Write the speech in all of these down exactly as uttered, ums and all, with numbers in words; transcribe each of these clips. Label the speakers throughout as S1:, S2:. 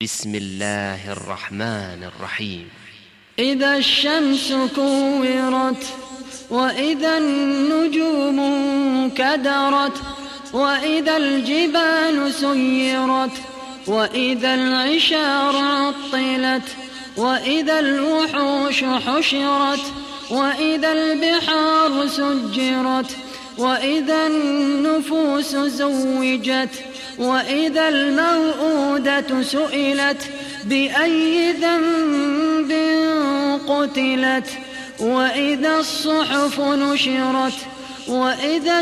S1: بسم الله الرحمن الرحيم.
S2: إذا الشمس كورت وإذا النجوم انكدرت وإذا الجبال سيرت وإذا العشار عطلت وإذا الوحوش حشرت وإذا البحار سجرت وإذا النفوس زوجت وإذا الموءودة سئلت بأي ذنب قتلت وإذا الصحف نشرت وإذا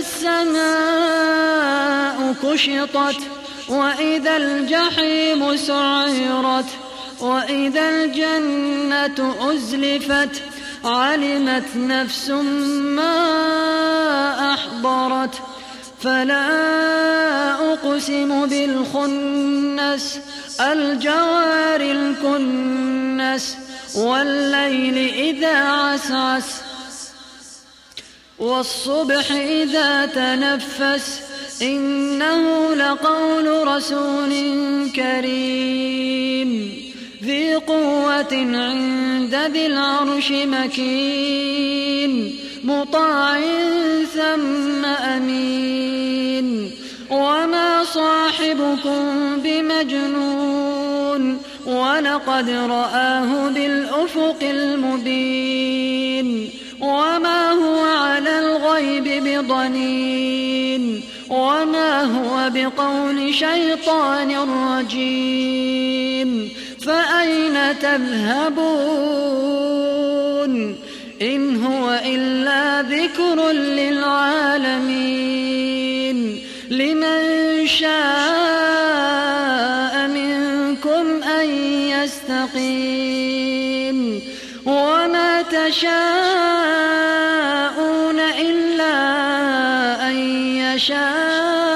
S2: السماء كشطت وإذا الجحيم سعرت وإذا الجنة أزلفت علمت نفس ما أحضرت. فلا أقسم بالخنس الجوار الكنس والليل إذا عسعس والصبح إذا تنفس إنه لقول رسول كريم ذي قوة عند ذي العرش مكين مطاع ثم أمين. وما صاحبكم بمجنون ولقد رآه بالأفق المبين. وما هو على الغيب بضنين وما هو بقول شيطان رجيم. فأين تذهبون إن هو إلا ذكر للعالمين. لمن شاء منكم أن يستقيم وما تشاءون إلا أن يشاء